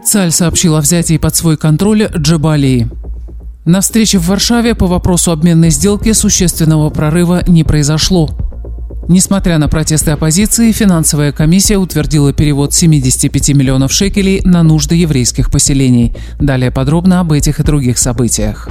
Цааль сообщил о взятии под свой контроль Джебалии. На встрече в Варшаве по вопросу обменной сделки существенного прорыва не произошло. Несмотря на протесты оппозиции, финансовая комиссия утвердила перевод 75 миллионов шекелей на нужды еврейских поселений. Далее подробно об этих и других событиях.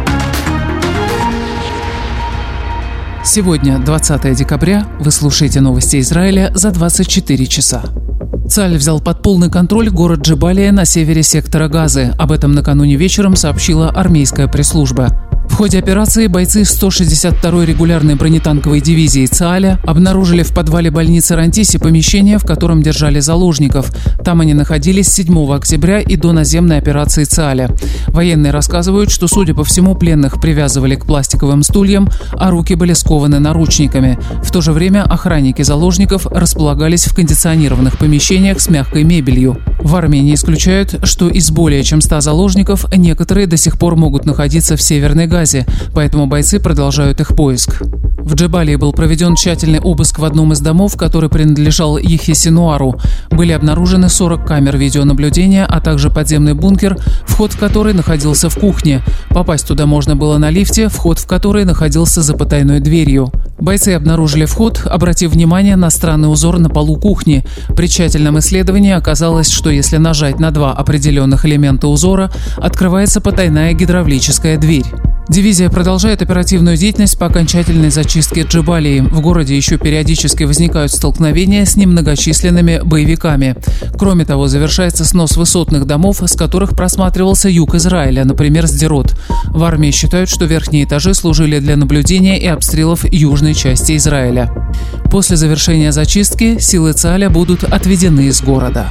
Сегодня, 20 декабря, вы слушаете новости Израиля за 24 часа. Цааль взял под полный контроль город Джебалия на севере сектора Газы. Об этом накануне вечером сообщила армейская пресс-служба. В ходе операции бойцы 162-й регулярной бронетанковой дивизии Цааля обнаружили в подвале больницы Рантиси помещение, в котором держали заложников. Там они находились с 7 октября и до наземной операции Цааля. Военные рассказывают, что, судя по всему, пленных привязывали к пластиковым стульям, а руки были скованы наручниками. В то же время охранники заложников располагались в кондиционированных помещениях с мягкой мебелью. В армии не исключают, что из более чем 100 заложников некоторые до сих пор могут находиться в Северной Газе, поэтому бойцы продолжают их поиск. В Джебалии был проведен тщательный обыск в одном из домов, который принадлежал Яхье Синуару. Были обнаружены 40 камер видеонаблюдения, а также подземный бункер, вход в который находился в кухне. Попасть туда можно было на лифте, вход в который находился за потайной дверью. Бойцы обнаружили вход, обратив внимание на странный узор на полу кухни. При тщательном исследовании оказалось, что если нажать на два определенных элемента узора, открывается потайная гидравлическая дверь. Дивизия продолжает оперативную деятельность по окончательной зачистке Джебалии. В городе еще периодически возникают столкновения с немногочисленными боевиками. Кроме того, завершается снос высотных домов, с которых просматривался юг Израиля, например, Сдерот. В армии считают, что верхние этажи служили для наблюдения и обстрелов южной части Израиля. После завершения зачистки силы Цааля будут отведены из города.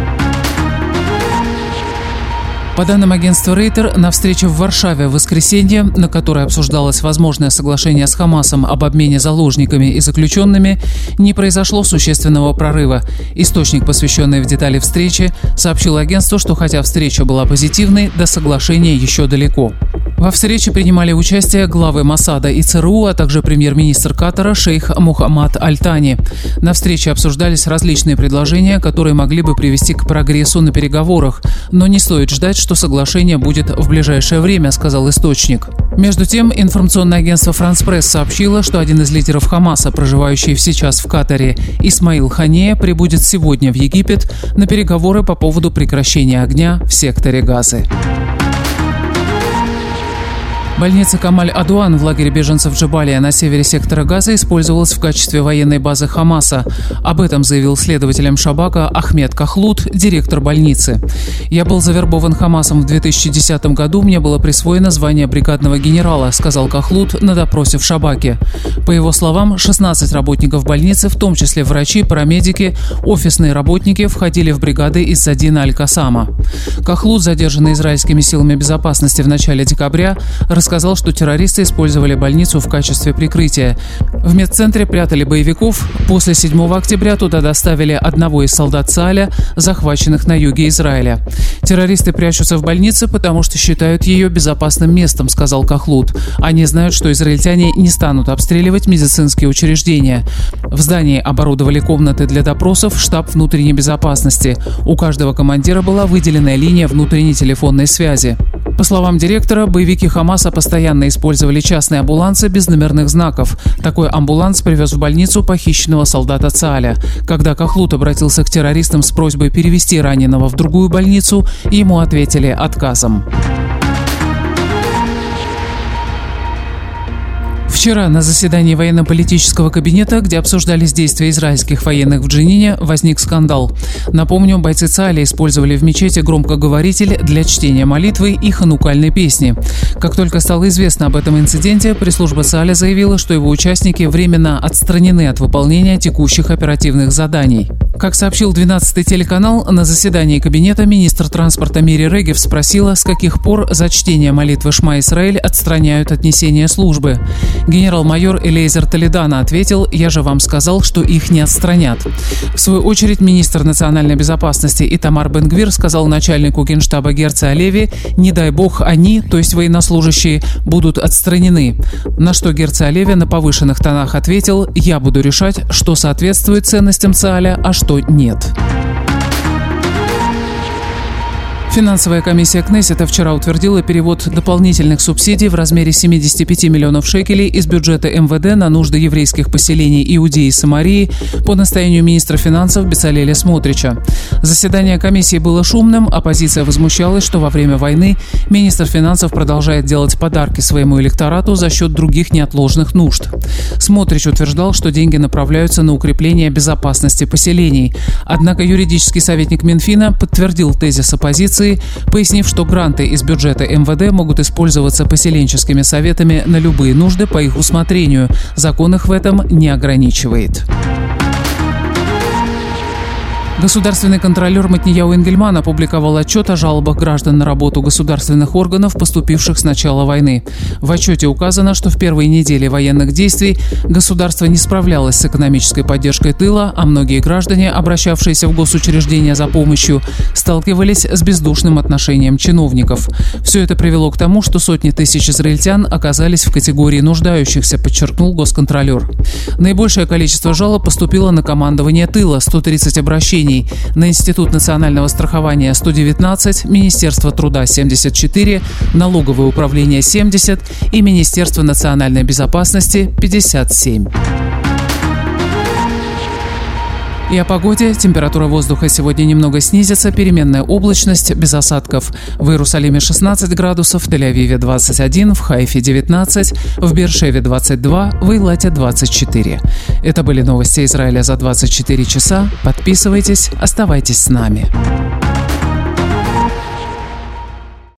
По данным агентства Рейтер, на встрече в Варшаве в воскресенье, на которой обсуждалось возможное соглашение с Хамасом об обмене заложниками и заключенными, не произошло существенного прорыва. Источник, посвященный в детали встречи, сообщил агентству, что хотя встреча была позитивной, до соглашения еще далеко. Во встрече принимали участие главы Моссада и ЦРУ, а также премьер-министр Катара шейх Мухаммад Аль-Тани. На встрече обсуждались различные предложения, которые могли бы привести к прогрессу на переговорах, но не стоит ждать, что соглашение будет в ближайшее время, сказал источник. Между тем, информационное агентство «Франс Пресс» сообщило, что один из лидеров Хамаса, проживающий сейчас в Катаре, Исмаил Ханея, прибудет сегодня в Египет на переговоры по поводу прекращения огня в секторе Газы. Больница Камаль-Адуан в лагере беженцев Джебалия на севере сектора Газа использовалась в качестве военной базы Хамаса. Об этом заявил следователям Шабака Ахмед Кахлут, директор больницы. «Я был завербован Хамасом в 2010 году, мне было присвоено звание бригадного генерала», сказал Кахлут на допросе в Шабаке. По его словам, 16 работников больницы, в том числе врачи, парамедики, офисные работники, входили в бригады из Задина Аль-Касама. Кахлут, задержанный израильскими силами безопасности в начале декабря, рассказал, что террористы использовали больницу в качестве прикрытия. В медцентре прятали боевиков. После 7 октября туда доставили одного из солдат Цааля, захваченных на юге Израиля. «Террористы прячутся в больнице, потому что считают ее безопасным местом», сказал Кахлут. «Они знают, что израильтяне не станут обстреливать медицинские учреждения. В здании оборудовали комнаты для допросов, штаб внутренней безопасности. У каждого командира была выделенная линия внутренней телефонной связи». По словам директора, боевики Хамаса постоянно использовали частные амбулансы без номерных знаков. Такой амбуланс привез в больницу похищенного солдата Цааля. Когда Кахлут обратился к террористам с просьбой перевести раненого в другую больницу, ему ответили отказом. Вчера на заседании военно-политического кабинета, где обсуждались действия израильских военных в Дженине, возник скандал. Напомню, бойцы Цааля использовали в мечети громкоговоритель для чтения молитвы и ханукальной песни. Как только стало известно об этом инциденте, пресс-служба Цааля заявила, что его участники временно отстранены от выполнения текущих оперативных заданий. Как сообщил 12-й телеканал, на заседании кабинета министр транспорта Мири Регев спросила, с каких пор за чтение молитвы Шма Исраэль отстраняют от несения службы. Генерал-майор Элейзер Толедано ответил: «Я же вам сказал, что их не отстранят». В свою очередь, министр национальной безопасности Итамар Бен-Гвир сказал начальнику генштаба Герце Алеви: «Не дай бог они, то есть военнослужащие, будут отстранены». На что Герце Алеви на повышенных тонах ответил: «Я буду решать, что соответствует ценностям Цааля, а что нет». Финансовая комиссия Кнессета вчера утвердила перевод дополнительных субсидий в размере 75 миллионов шекелей из бюджета МВД на нужды еврейских поселений Иудеи и Самарии по настоянию министра финансов Бецалеля Смотрича. Заседание комиссии было шумным, оппозиция возмущалась, что во время войны министр финансов продолжает делать подарки своему электорату за счет других неотложных нужд. Смотрич утверждал, что деньги направляются на укрепление безопасности поселений. Однако юридический советник Минфина подтвердил тезис оппозиции, пояснив, что гранты из бюджета МВД могут использоваться поселенческими советами на любые нужды по их усмотрению. Закон их в этом не ограничивает. Государственный контролер Матнияу Энгельман опубликовал отчет о жалобах граждан на работу государственных органов, поступивших с начала войны. В отчете указано, что в первые недели военных действий государство не справлялось с экономической поддержкой тыла, а многие граждане, обращавшиеся в госучреждения за помощью, сталкивались с бездушным отношением чиновников. Все это привело к тому, что сотни тысяч израильтян оказались в категории нуждающихся, подчеркнул госконтролер. Наибольшее количество жалоб поступило на командование тыла – 130 обращений, на Институт национального страхования 119, Министерство труда 74, Налоговое управление 70 и Министерство национальной безопасности 57. И о погоде. Температура воздуха сегодня немного снизится, переменная облачность, без осадков. В Иерусалиме 16 градусов, в Тель-Авиве 21, в Хайфе 19, в Беэр-Шеве 22, в Эйлате 24. Это были новости Израиля за 24 часа. Подписывайтесь, оставайтесь с нами.